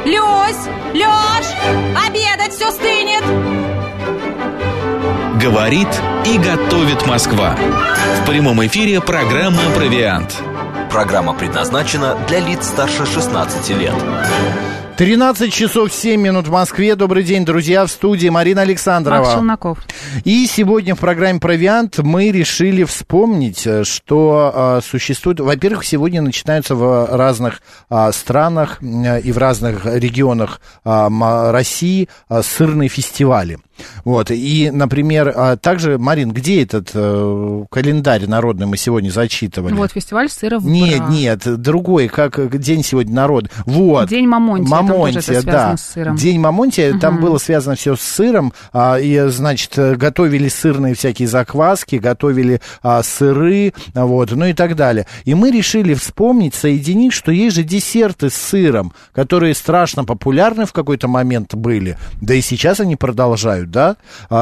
Люсь! Лёш! Обедать все стынет! Говорит и готовит Москва. В прямом эфире программа «Провиант». Программа предназначена для лиц старше 16 лет. 13 часов 7 минут в Москве. Добрый день, друзья, в студии Марина Александрова. Макс Челноков. И сегодня в программе «Провиант» мы решили вспомнить, что существует... Во-первых, сегодня начинаются в разных странах и в разных регионах России сырные фестивали. Вот, и, например, также, Марин, где этот календарь народный мы сегодня зачитывали? Вот, фестиваль сыра в Бра. Нет, другой, как день сегодня народа. Вот. День Мамонтия, там тоже это связано с сыром. День Мамонтия, там было связано все с сыром, и, значит, готовили сырные всякие закваски, готовили сыры, вот, ну и так далее. И мы решили вспомнить, соединить, что есть же десерты с сыром, которые страшно популярны в какой-то момент были, да и сейчас они продолжают. Да,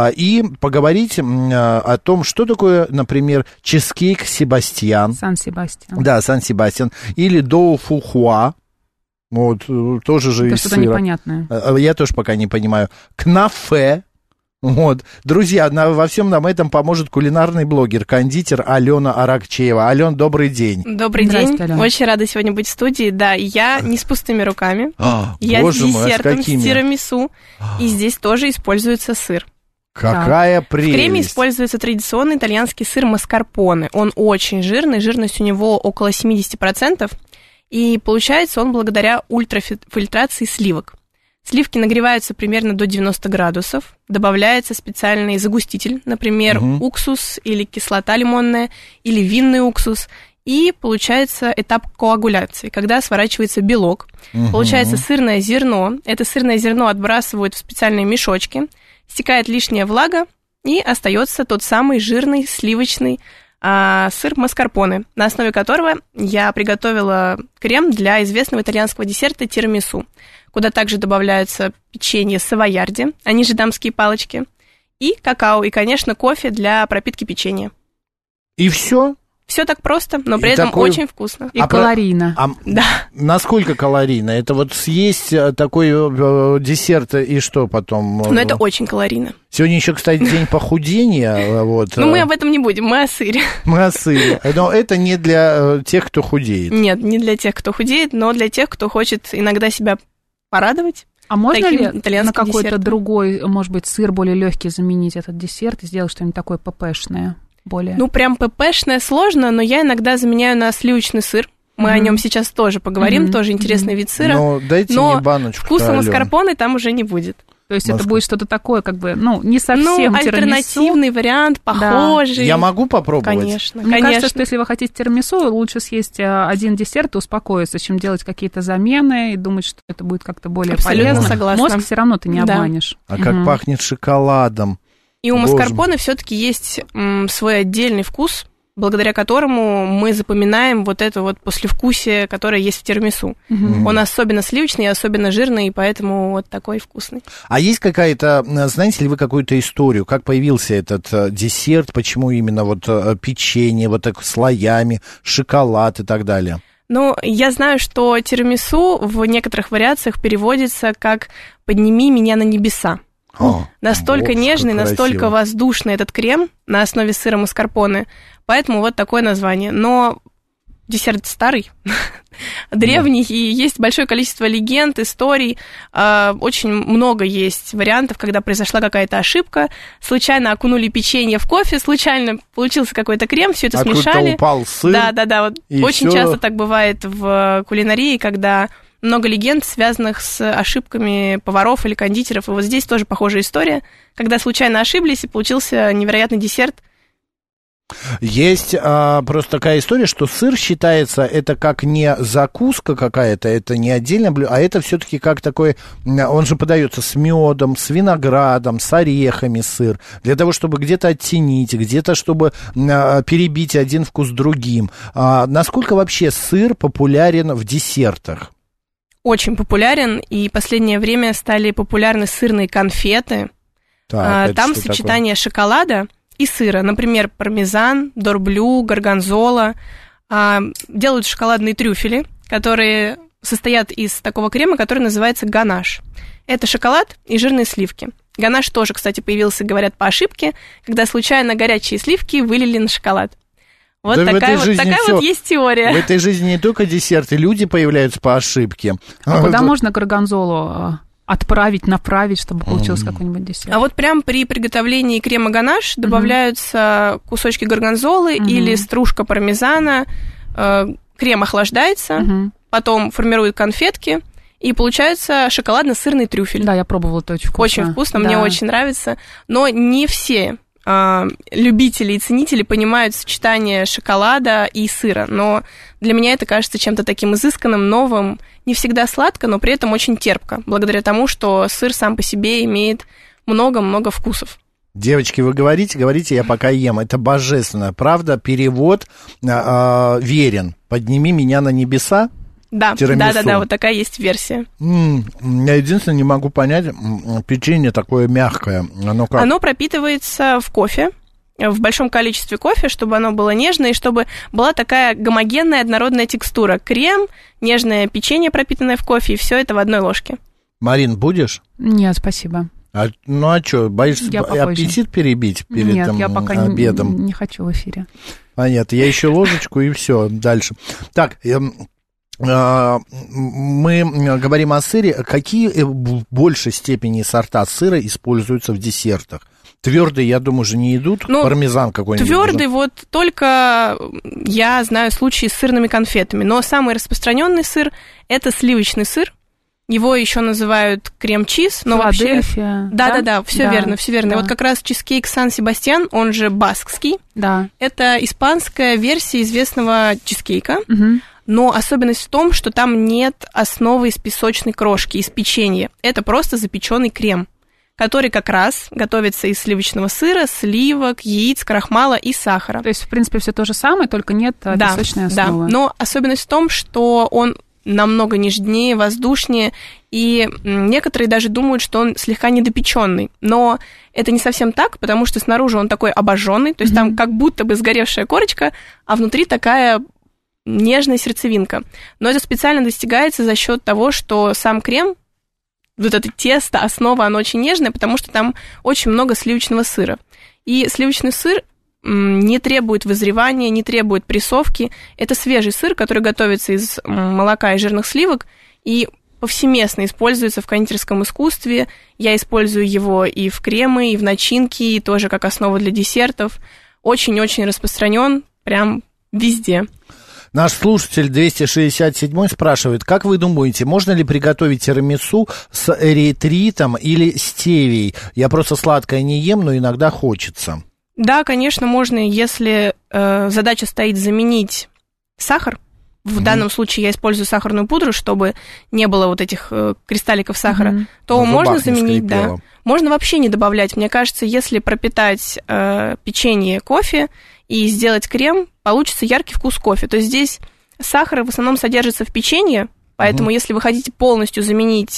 и поговорить о том, что такое, например, чизкейк Себастьян. Сан-Себастьян. Да, Сан-Себастьян. Или доу фухуа. Вот, тоже же это из что-то сыра. Непонятное. Я тоже пока не понимаю. Кнафе. Вот. Друзья, во всем нам этом поможет кулинарный блогер, кондитер Алена Аракчеева. Ален, добрый день. Добрый день. Алена. Очень рада сегодня быть в студии. Да, я не с пустыми руками. Я с десертом, с тирамису. И здесь тоже используется сыр. Какая прелесть. В креме используется традиционный итальянский сыр маскарпоне. Он очень жирный, жирность у него около 70%. И получается он благодаря ультрафильтрации сливок. Сливки нагреваются примерно до 90 градусов, добавляется специальный загуститель, например, уксус или кислота лимонная, или винный уксус, и получается этап коагуляции, когда сворачивается белок. Получается сырное зерно, это сырное зерно отбрасывают в специальные мешочки, стекает лишняя влага, и остается тот самый жирный сливочный сыр маскарпоне, на основе которого я приготовила крем для известного итальянского десерта тирамису, куда также добавляются печенье савоярди, они же дамские палочки, и какао, и, конечно, кофе для пропитки печенья. И все? Все так просто, но при этом очень вкусно. И калорийно. Да. Насколько калорийно? Это вот съесть такой десерт и что потом? Ну, это очень калорийно. Сегодня еще, кстати, день похудения. Вот. Ну, мы об этом не будем, мы о сыре. Мы о сыре. Но это не для тех, кто худеет. Нет, не для тех, кто худеет, но для тех, кто хочет иногда себя порадовать. А можно ли на какой-то десертом. Другой, может быть, сыр более легкий заменить этот десерт и сделать что-нибудь такое ППшное? Более. Ну, прям ППшное сложно, но я иногда заменяю на сливочный сыр. Мы о нем сейчас тоже поговорим, тоже интересный вид сыра. Но дайте мне баночку. Вкуса маскарпоне там уже не будет. То есть это будет что-то такое, как бы, не совсем тирамису. Альтернативный вариант, похожий. Да. Я могу попробовать? Конечно. Мне кажется, что если вы хотите тирамису, лучше съесть один десерт и успокоиться, чем делать какие-то замены и думать, что это будет как-то более полезно. Согласна. Мозг все равно ты не обманешь. А как пахнет шоколадом. И у маскарпоне все-таки есть свой отдельный вкус, благодаря которому мы запоминаем вот это вот послевкусие, которое есть в тирамису. Он особенно сливочный, особенно жирный, и поэтому вот такой вкусный. А есть какая-то, знаете ли вы какую-то историю, как появился этот десерт, почему именно вот печенье, вот так слоями, шоколад и так далее? Ну, я знаю, что тирамису в некоторых вариациях переводится как «подними меня на небеса». Настолько нежный, настолько воздушный этот крем на основе сыра маскарпоне, поэтому вот такое название. Но десерт старый, древний, и есть большое количество легенд, историй, очень много есть вариантов, когда произошла какая-то ошибка, случайно окунули печенье в кофе, случайно получился какой-то крем, все это смешали. Упал сыр. Да, вот очень часто так бывает в кулинарии, когда много легенд, связанных с ошибками поваров или кондитеров. И вот здесь тоже похожая история, когда случайно ошиблись, и получился невероятный десерт. Есть просто такая история, что сыр считается, это как не закуска какая-то, это не отдельное блюдо, а это все-таки как такой, он же подается с медом, с виноградом, с орехами сыр, для того, чтобы где-то оттенить, где-то, чтобы перебить один вкус другим. Насколько вообще сыр популярен в десертах? Очень популярен, и в последнее время стали популярны сырные конфеты. Там сочетание шоколада и сыра, например, пармезан, дорблю, горгонзола. Делают шоколадные трюфели, которые состоят из такого крема, который называется ганаш. Это шоколад и жирные сливки. Ганаш тоже, кстати, появился, говорят, по ошибке, когда случайно горячие сливки вылили на шоколад. Вот да такая вот есть теория. В этой жизни не только десерты, люди появляются по ошибке. А куда можно горгонзолу отправить, направить, чтобы получился какой-нибь десерт? А вот прям при приготовлении крема ганаш добавляются кусочки горгонзолы или стружка пармезана, крем охлаждается, потом формируют конфетки, и получается шоколадно-сырный трюфель. Да, я пробовала, это очень вкусно. Очень вкусно, мне очень нравится. Но не все любители и ценители понимают сочетание шоколада и сыра. Но для меня это кажется чем-то таким изысканным, новым. Не всегда сладко, но при этом очень терпко, благодаря тому, что сыр сам по себе имеет много-много вкусов. Девочки, вы говорите, я пока ем. Это божественно. Правда, перевод верен. «Подними меня на небеса». Да, вот такая есть версия. Я единственное не могу понять, печенье такое мягкое. Оно пропитывается в кофе, в большом количестве кофе, чтобы оно было нежное, и чтобы была такая гомогенная, однородная текстура. Крем, нежное печенье, пропитанное в кофе, и все это в одной ложке. Марин, будешь? Нет, спасибо. А что, боишься аппетит перебить перед Нет, я пока обедом? Не хочу в эфире. Понятно, я еще ложечку и все, дальше. Так, мы говорим о сыре. Какие в большей степени сорта сыра используются в десертах? Твердые, я думаю, уже не идут. Пармезан какой-нибудь. Твердый, вот только я знаю случаи с сырными конфетами. Но самый распространенный сыр – это сливочный сыр. Его еще называют крем-чиз, но вообще... Да, все верно. Да. Вот как раз чизкейк Сан-Себастьян, он же баскский. Да. Это испанская версия известного чизкейка. Но особенность в том, что там нет основы из песочной крошки, из печенья. Это просто запеченный крем, который как раз готовится из сливочного сыра, сливок, яиц, крахмала и сахара. То есть, в принципе, все то же самое, только нет песочной основы. Да, но особенность в том, что он намного нежнее, воздушнее, и некоторые даже думают, что он слегка недопеченный. Но это не совсем так, потому что снаружи он такой обожженный, то есть там как будто бы сгоревшая корочка, а внутри такая нежная сердцевинка. Но это специально достигается за счет того, что сам крем, вот это тесто, основа, оно очень нежное, потому что там очень много сливочного сыра. И сливочный сыр не требует вызревания, не требует прессовки. Это свежий сыр, который готовится из молока и жирных сливок, и повсеместно используется в кондитерском искусстве. Я использую его и в кремы, и в начинки, и тоже как основу для десертов. Очень-очень распространен прям везде. Наш слушатель 267 спрашивает, как вы думаете, можно ли приготовить тирамису с эритритом или стевией? Я просто сладкое не ем, но иногда хочется. Да, конечно, можно, если задача стоит заменить сахар. В данном случае я использую сахарную пудру, чтобы не было вот этих кристалликов сахара, то можно заменить, да. Можно вообще не добавлять. Мне кажется, если пропитать печенье кофе и сделать крем, получится яркий вкус кофе. То есть здесь сахар в основном содержится в печенье, поэтому если вы хотите полностью заменить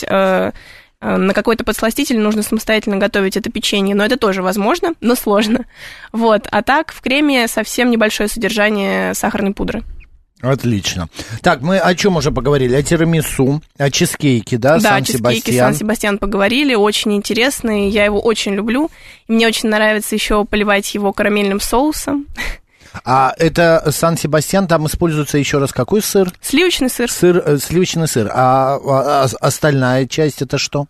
на какой-то подсластитель, нужно самостоятельно готовить это печенье, но это тоже возможно, но сложно. Вот. А так в креме совсем небольшое содержание сахарной пудры. Отлично. Так, мы о чем уже поговорили? О тирамису, о чизкейке, да, Сан-Себастьян. Да, чизкейке Сан-Себастьян поговорили, очень интересный, я его очень люблю. И мне очень нравится еще поливать его карамельным соусом. А это Сан-Себастьян, там используется еще раз какой сыр? Сливочный сыр. Сливочный сыр. А остальная часть это что?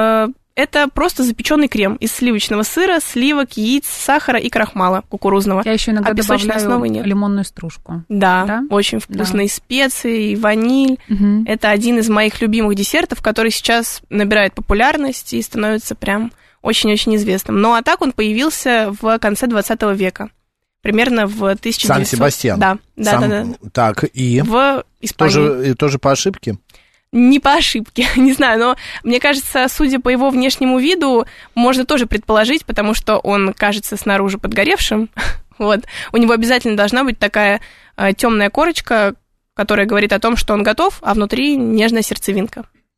Это просто запеченный крем из сливочного сыра, сливок, яиц, сахара и крахмала кукурузного. Я еще иногда добавляю лимонную стружку. Да, очень вкусные специи, ваниль. Это один из моих любимых десертов, который сейчас набирает популярность и становится прям очень-очень известным. Ну, а так он появился в конце 20 века. Примерно в 1900... Сан-Себастьян. Да. Так, и? В Испании. Тоже по ошибке? Не по ошибке, не знаю, но мне кажется, судя по его внешнему виду, можно тоже предположить, потому что он кажется снаружи подгоревшим. Вот. У него обязательно должна быть такая темная корочка, которая говорит о том, что он готов, а внутри нежная сердцевинка.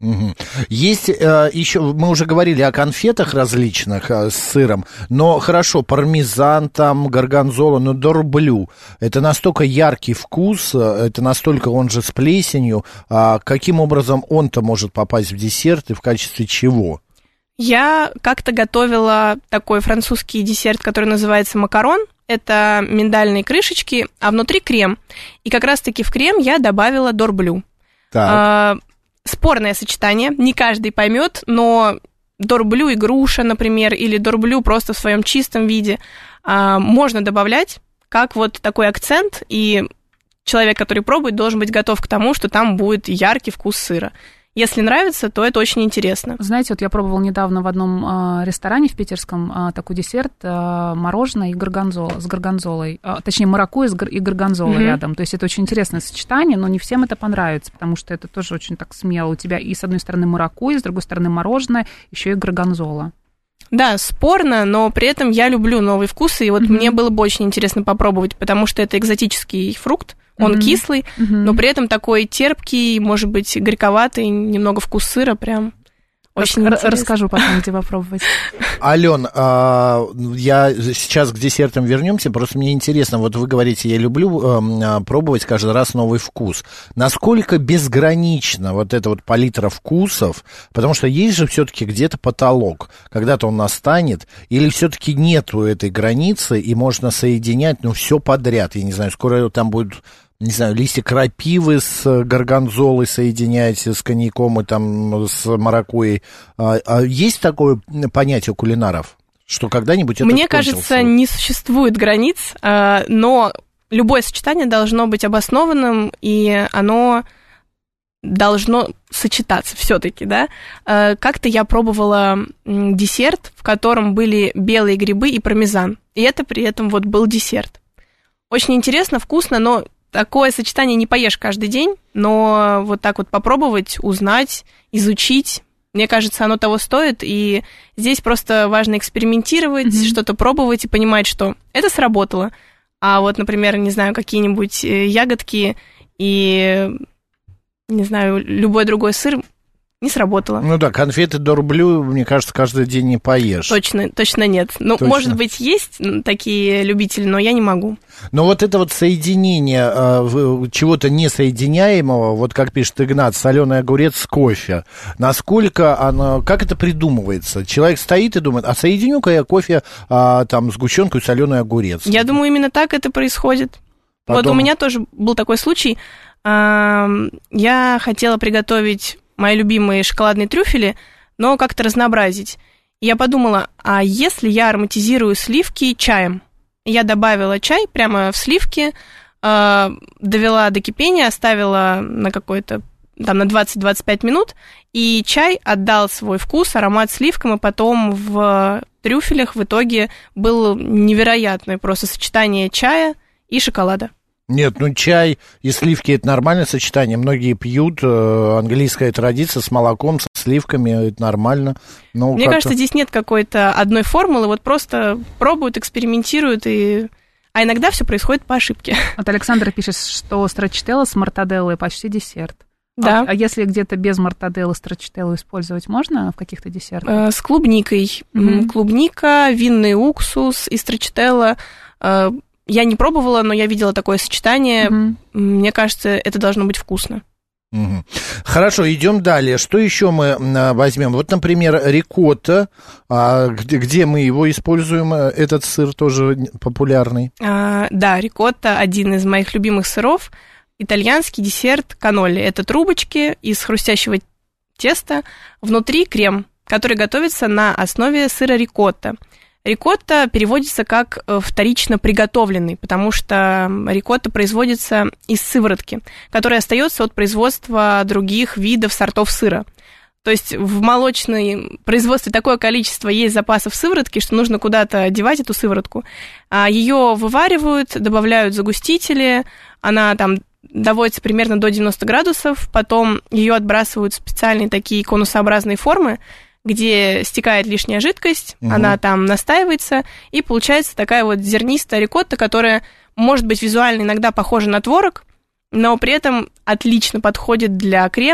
Угу. Есть еще, мы уже говорили о конфетах различных с сыром, но хорошо, пармезан, там, горгонзола, но дорблю, это настолько яркий вкус, это настолько, он же с плесенью, каким образом он-то может попасть в десерт и в качестве чего? Я как-то готовила такой французский десерт, который называется макарон. Это миндальные крышечки, а внутри крем. И как раз-таки в крем я добавила дорблю. Так. Спорное сочетание, не каждый поймет, но дорблю и груша, например, или дорблю просто в своем чистом виде можно добавлять как вот такой акцент, и человек, который пробует, должен быть готов к тому, что там будет яркий вкус сыра. Если нравится, то это очень интересно. Знаете, вот я пробовала недавно в одном ресторане в питерском такой десерт мороженое и горгонзола, с горгонзолой. Точнее, маракуйя и горгонзола рядом. То есть это очень интересное сочетание, но не всем это понравится, потому что это тоже очень так смело. У тебя и с одной стороны маракуйя, с другой стороны мороженое, еще и горгонзола. Да, спорно, но при этом я люблю новые вкусы, и вот мне было бы очень интересно попробовать, потому что это экзотический фрукт. Он кислый, но при этом такой терпкий, может быть, горьковатый, немного вкус сыра, прям очень интересно. Расскажу потом, где попробовать. Ален, я сейчас к десертам вернемся, просто мне интересно, вот вы говорите, я люблю пробовать каждый раз новый вкус. Насколько безгранично вот эта вот палитра вкусов, потому что есть же все-таки где-то потолок, когда-то он настанет, или все-таки нету этой границы, и можно соединять, все подряд, я не знаю, скоро там будут... Не знаю, листья крапивы с горгонзолой соединяете, с коньяком и там с маракуйей. Есть такое понятие у кулинаров, что когда-нибудь это Мне кажется, не существует границ, но любое сочетание должно быть обоснованным, и оно должно сочетаться все-таки, да. Как-то я пробовала десерт, в котором были белые грибы и пармезан, и это при этом вот был десерт. Очень интересно, вкусно, но... Такое сочетание не поешь каждый день, но вот так вот попробовать, узнать, изучить, мне кажется, оно того стоит, и здесь просто важно экспериментировать, что-то пробовать и понимать, что это сработало. А вот, например, не знаю, какие-нибудь ягодки и, не знаю, любой другой сыр не сработало. Ну да, конфеты дорблю, мне кажется, каждый день не поешь. Точно нет. Ну, точно. Может быть, есть такие любители, но я не могу. Но вот это вот соединение чего-то несоединяемого, вот как пишет Игнат, соленый огурец с кофе, насколько оно, как это придумывается? Человек стоит и думает, а соединю-ка я кофе там сгущенку и соленый огурец. Я думаю, именно так это происходит. Вот у меня тоже был такой случай. Я хотела приготовить мои любимые шоколадные трюфели, но как-то разнообразить. И я подумала, а если я ароматизирую сливки чаем? Я добавила чай прямо в сливки, довела до кипения, оставила на какой-то, там, на 20-25 минут, и чай отдал свой вкус, аромат сливкам, и потом в трюфелях в итоге было невероятное просто сочетание чая и шоколада. Нет, чай и сливки – это нормальное сочетание. Многие пьют, английская традиция с молоком, со сливками, это нормально. Но мне кажется, здесь нет какой-то одной формулы, вот просто пробуют, экспериментируют, а иногда все происходит по ошибке. Вот Александра пишет, что страчителла с мортаделлой почти десерт. Да. А если где-то без мортаделлы страчителлу использовать можно в каких-то десертах? С клубникой. Клубника, винный уксус и страчителла. Я не пробовала, но я видела такое сочетание. Мне кажется, это должно быть вкусно. Хорошо, идем далее. Что еще мы возьмем? Вот, например, рикотта. Где мы его используем? Этот сыр тоже популярный. Да, рикотта – один из моих любимых сыров. Итальянский десерт каннолли. Это трубочки из хрустящего теста. Внутри крем, который готовится на основе сыра рикотта. Рикотта переводится как вторично приготовленный, потому что рикотта производится из сыворотки, которая остается от производства других видов сортов сыра. То есть в молочном производстве такое количество есть запасов сыворотки, что нужно куда-то девать эту сыворотку. Ее вываривают, добавляют загустители, она там доводится примерно до 90 градусов, потом ее отбрасывают в специальные такие конусообразные формы, где стекает лишняя жидкость, она там настаивается, и получается такая вот зернистая рикотта, которая, может быть, визуально иногда похожа на творог, но при этом отлично подходит для крема,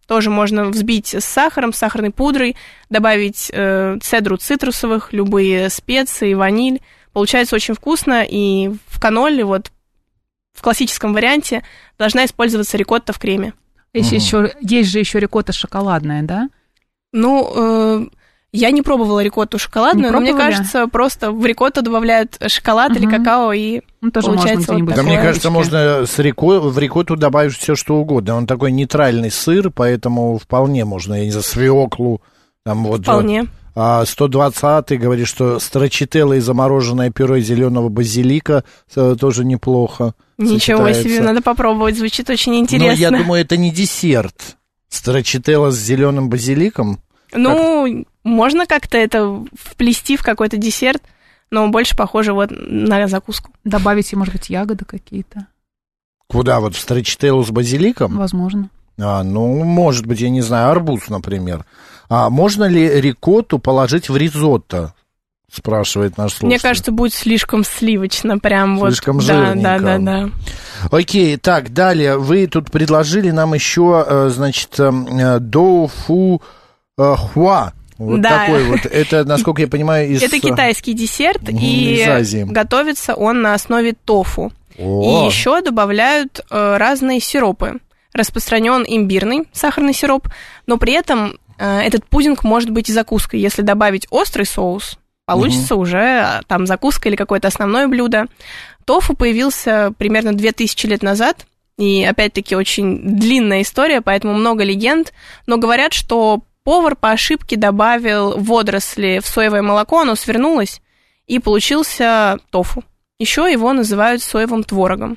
тоже можно взбить с сахаром, с сахарной пудрой, добавить цедру цитрусовых, любые специи, ваниль. Получается очень вкусно, и в каноле, вот в классическом варианте, должна использоваться рикотта в креме. Есть же еще рикотта шоколадная, да? Ну, я не пробовала рикотту шоколадную, но мне кажется, просто в рикотту добавляют шоколад или какао, и тоже получается вот да, мне кажется, можно в рикотту добавить все что угодно. Он такой нейтральный сыр, поэтому вполне можно, я не знаю, свеклу. Там вот, вполне. 120-й говорит, что страчителло и замороженное пюре зеленого базилика тоже неплохо. Ничего себе, надо попробовать, звучит очень интересно. Но я думаю, это не десерт. Страчителло с зеленым базиликом. Ну, можно как-то это вплести в какой-то десерт, но больше похоже вот на закуску. Добавите, может быть, ягоды какие-то. Куда? Вот в страчителло с базиликом? Возможно. Ну, может быть, я не знаю, арбуз, например. Можно ли рикотту положить в ризотто? Спрашивает наш слушатель. Мне кажется, будет слишком сливочно, прям слишком вот. Жирненько. Да. Окей, так, далее. Вы тут предложили нам еще, значит, доуфу хуа. Вот такой вот. Это, насколько я понимаю, Это китайский десерт, и готовится он на основе тофу. И еще добавляют разные сиропы. Распространен имбирный сахарный сироп, но при этом этот пудинг может быть и закуской. Если добавить острый соус, получится уже там закуска или какое-то основное блюдо. Тофу появился примерно 2000 лет назад, и опять-таки очень длинная история, поэтому много легенд, но говорят, что повар по ошибке добавил водоросли в соевое молоко, оно свернулось, и получился тофу. Еще его называют соевым творогом.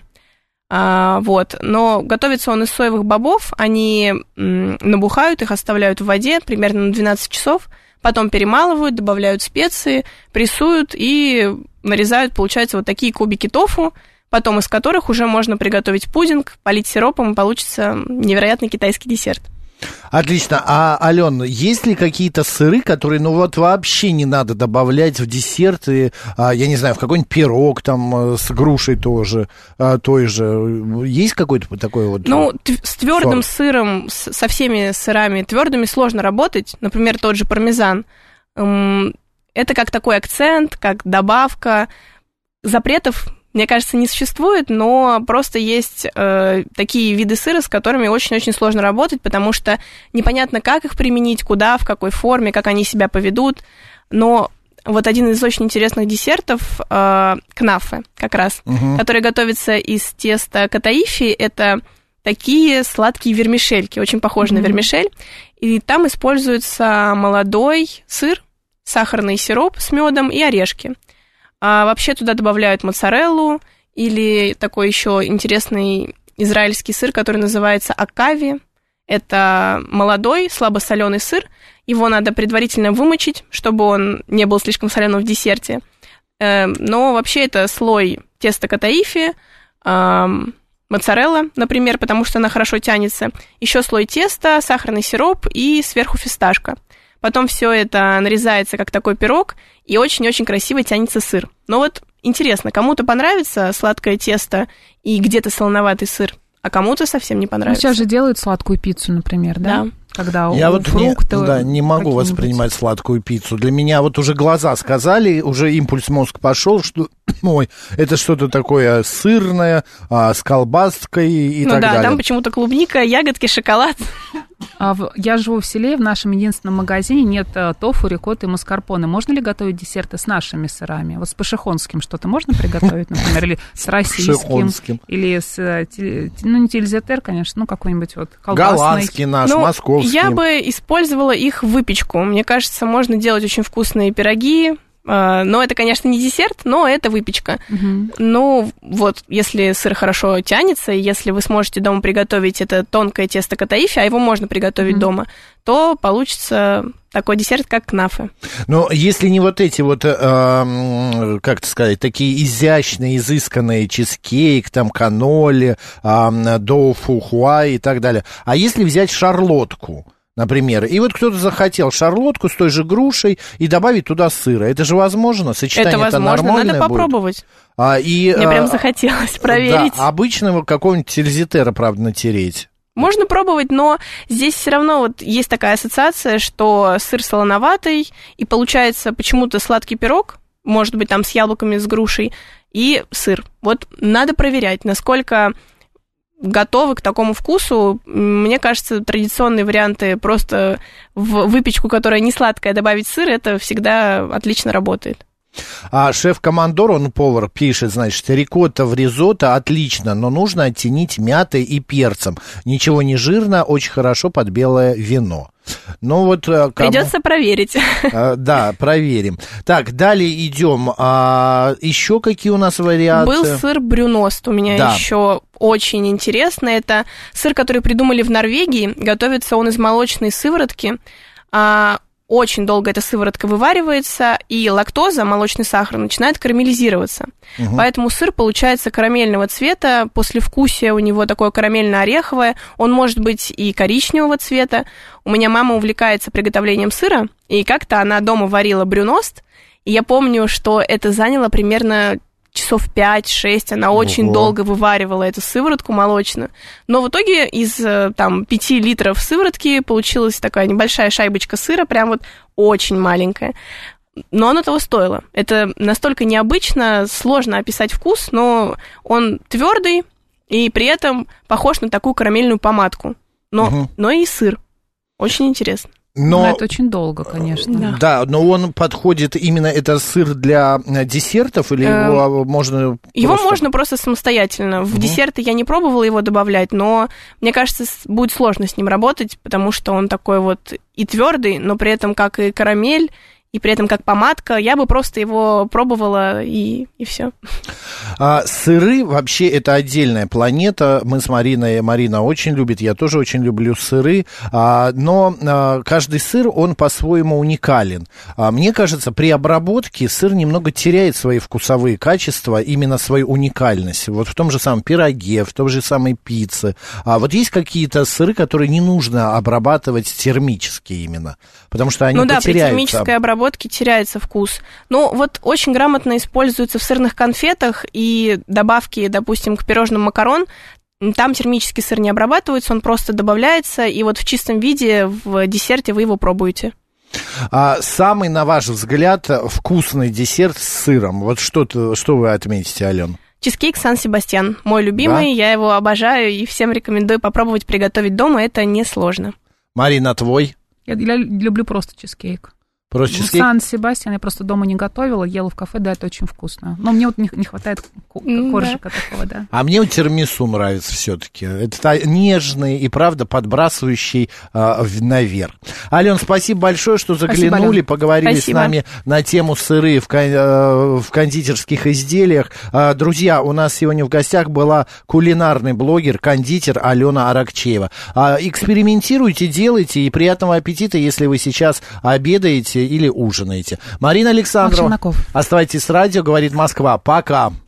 Но готовится он из соевых бобов, они набухают, их оставляют в воде примерно на 12 часов, потом перемалывают, добавляют специи, прессуют и нарезают, получается, вот такие кубики тофу, потом из которых уже можно приготовить пудинг, полить сиропом, и получится невероятный китайский десерт. Отлично. Ален, есть ли какие-то сыры, которые, вообще не надо добавлять в десерты, я не знаю, в какой-нибудь пирог там с грушей тоже, той же? Есть какой-то такой вот? С твердым сыром, со всеми сырами твердыми сложно работать. Например, тот же пармезан. Это как такой акцент, как добавка. Запретов, мне кажется, не существует, но просто есть такие виды сыра, с которыми очень-очень сложно работать, потому что непонятно, как их применить, куда, в какой форме, как они себя поведут. Но вот один из очень интересных десертов кнафе, как раз, который готовится из теста катаифи, это такие сладкие вермишельки, очень похожи на вермишель, и там используется молодой сыр, сахарный сироп с медом и орешки. Вообще туда добавляют моцареллу или такой еще интересный израильский сыр, который называется акави. Это молодой, слабосоленый сыр. Его надо предварительно вымочить, чтобы он не был слишком соленым в десерте. Но вообще это слой теста катаифи, моцарелла, например, потому что она хорошо тянется. Еще слой теста, сахарный сироп и сверху фисташка. Потом все это нарезается как такой пирог, и очень-очень красиво тянется сыр. Но вот интересно, кому-то понравится сладкое тесто и где-то солоноватый сыр, а кому-то совсем не понравится. Сейчас же делают сладкую пиццу, например, да? Когда я не могу воспринимать сладкую пиццу. Для меня вот уже глаза сказали, уже импульс мозг пошел, что это что-то такое сырное, с колбаской и так далее. Там почему-то клубника, ягодки, шоколад. Я живу в селе, в нашем единственном магазине нет тофу, рикотты и маскарпоне. Можно ли готовить десерты с нашими сырами? Вот с пашихонским что-то можно приготовить, например, или с российским, или с, не тильзитер, конечно, какой-нибудь вот колбасный. Голландский наш, московский. Я бы использовала их в выпечку. Мне кажется, можно делать очень вкусные пироги. Но это, конечно, не десерт, но это выпечка. Ну, вот, если сыр хорошо тянется, и если вы сможете дома приготовить это тонкое тесто катаифи, а его можно приготовить дома, то получится такой десерт, как кнафе. Но если не вот эти вот, как сказать, такие изящные, изысканные чизкейк, там, каноли, доуфу хуа и так далее, а если взять шарлотку, например, и вот кто-то захотел шарлотку с той же грушей и добавить туда сыра. Это же возможно? Сочетание это нормальное надо попробовать. Будет? Мне прям захотелось проверить. Да, обычного какого-нибудь тильзитера, правда, натереть. Можно пробовать, но здесь все равно вот есть такая ассоциация, что сыр солоноватый, и получается почему-то сладкий пирог, может быть, там с яблоками, с грушей, и сыр. Вот надо проверять, насколько готовы к такому вкусу. Мне кажется, традиционные варианты просто в выпечку, которая не сладкая, добавить сыр, это всегда отлично работает. А шеф-командор, он повар, пишет, значит, рикотта в ризотто отлично, но нужно оттенить мятой и перцем. Ничего не жирно, очень хорошо под белое вино. Ну вот... Придется проверить. Да, проверим. Так, далее идем. Еще какие у нас варианты? Был сыр брюност у меня еще очень интересно. Это сыр, который придумали в Норвегии. Готовится он из молочной сыворотки. Очень долго эта сыворотка вываривается, и лактоза, молочный сахар, начинает карамелизироваться. Поэтому сыр получается карамельного цвета, послевкусие у него такое карамельно-ореховое, он может быть и коричневого цвета. У меня мама увлекается приготовлением сыра, и как-то она дома варила брюност, и я помню, что это заняло примерно часов 5-6, она очень долго вываривала эту сыворотку молочную. Но в итоге из 5 литров сыворотки получилась такая небольшая шайбочка сыра, прям вот очень маленькая. Но оно того стоило. Это настолько необычно, сложно описать вкус, но он твердый и при этом похож на такую карамельную помадку. Но и сыр. Очень интересно. Но это очень долго, конечно. Да, но он подходит, именно это сыр для десертов, или его можно... Его можно просто самостоятельно. В десерты я не пробовала его добавлять, но мне кажется, будет сложно с ним работать, потому что он такой вот и твердый, но при этом как и карамель, и при этом как помадка. Я бы просто его пробовала, и все. Сыры вообще это отдельная планета. Мы с Мариной, Марина очень любит, я тоже очень люблю сыры, но каждый сыр, он по-своему уникален. Мне кажется, при обработке сыр немного теряет свои вкусовые качества, именно свою уникальность. Вот в том же самом пироге, в той же самой пицце. Вот есть какие-то сыры, которые не нужно обрабатывать термически именно, потому что они потеряются. При термической обработке теряется вкус. Но вот очень грамотно используются в сырных конфетах и добавки, допустим, к пирожным макарон. Там термический сыр не обрабатывается, он просто добавляется, и вот в чистом виде в десерте вы его пробуете. Самый, на ваш взгляд, вкусный десерт с сыром? Вот что вы отметите, Ален? Чизкейк Сан-Себастьян. Мой любимый, я его обожаю, и всем рекомендую попробовать приготовить дома, это несложно. Марина, твой? Я люблю просто чизкейк. Просто чизкейк? Сан-Себастьян я просто дома не готовила, ела в кафе, да, это очень вкусно. Но мне вот не хватает коржика такого, да. А мне вот тирамису нравится все-таки. Это нежный и, правда, подбрасывающий наверх. Ален, спасибо большое, что заглянули, поговорили с нами на тему сыры в кондитерских изделиях. Друзья, у нас сегодня в гостях была кулинарный блогер, кондитер Алена Аракчеева. Экспериментируйте, делайте, и приятного аппетита, если вы сейчас обедаете или ужинаете. Марина Александрова, оставайтесь с радио, говорит Москва. Пока.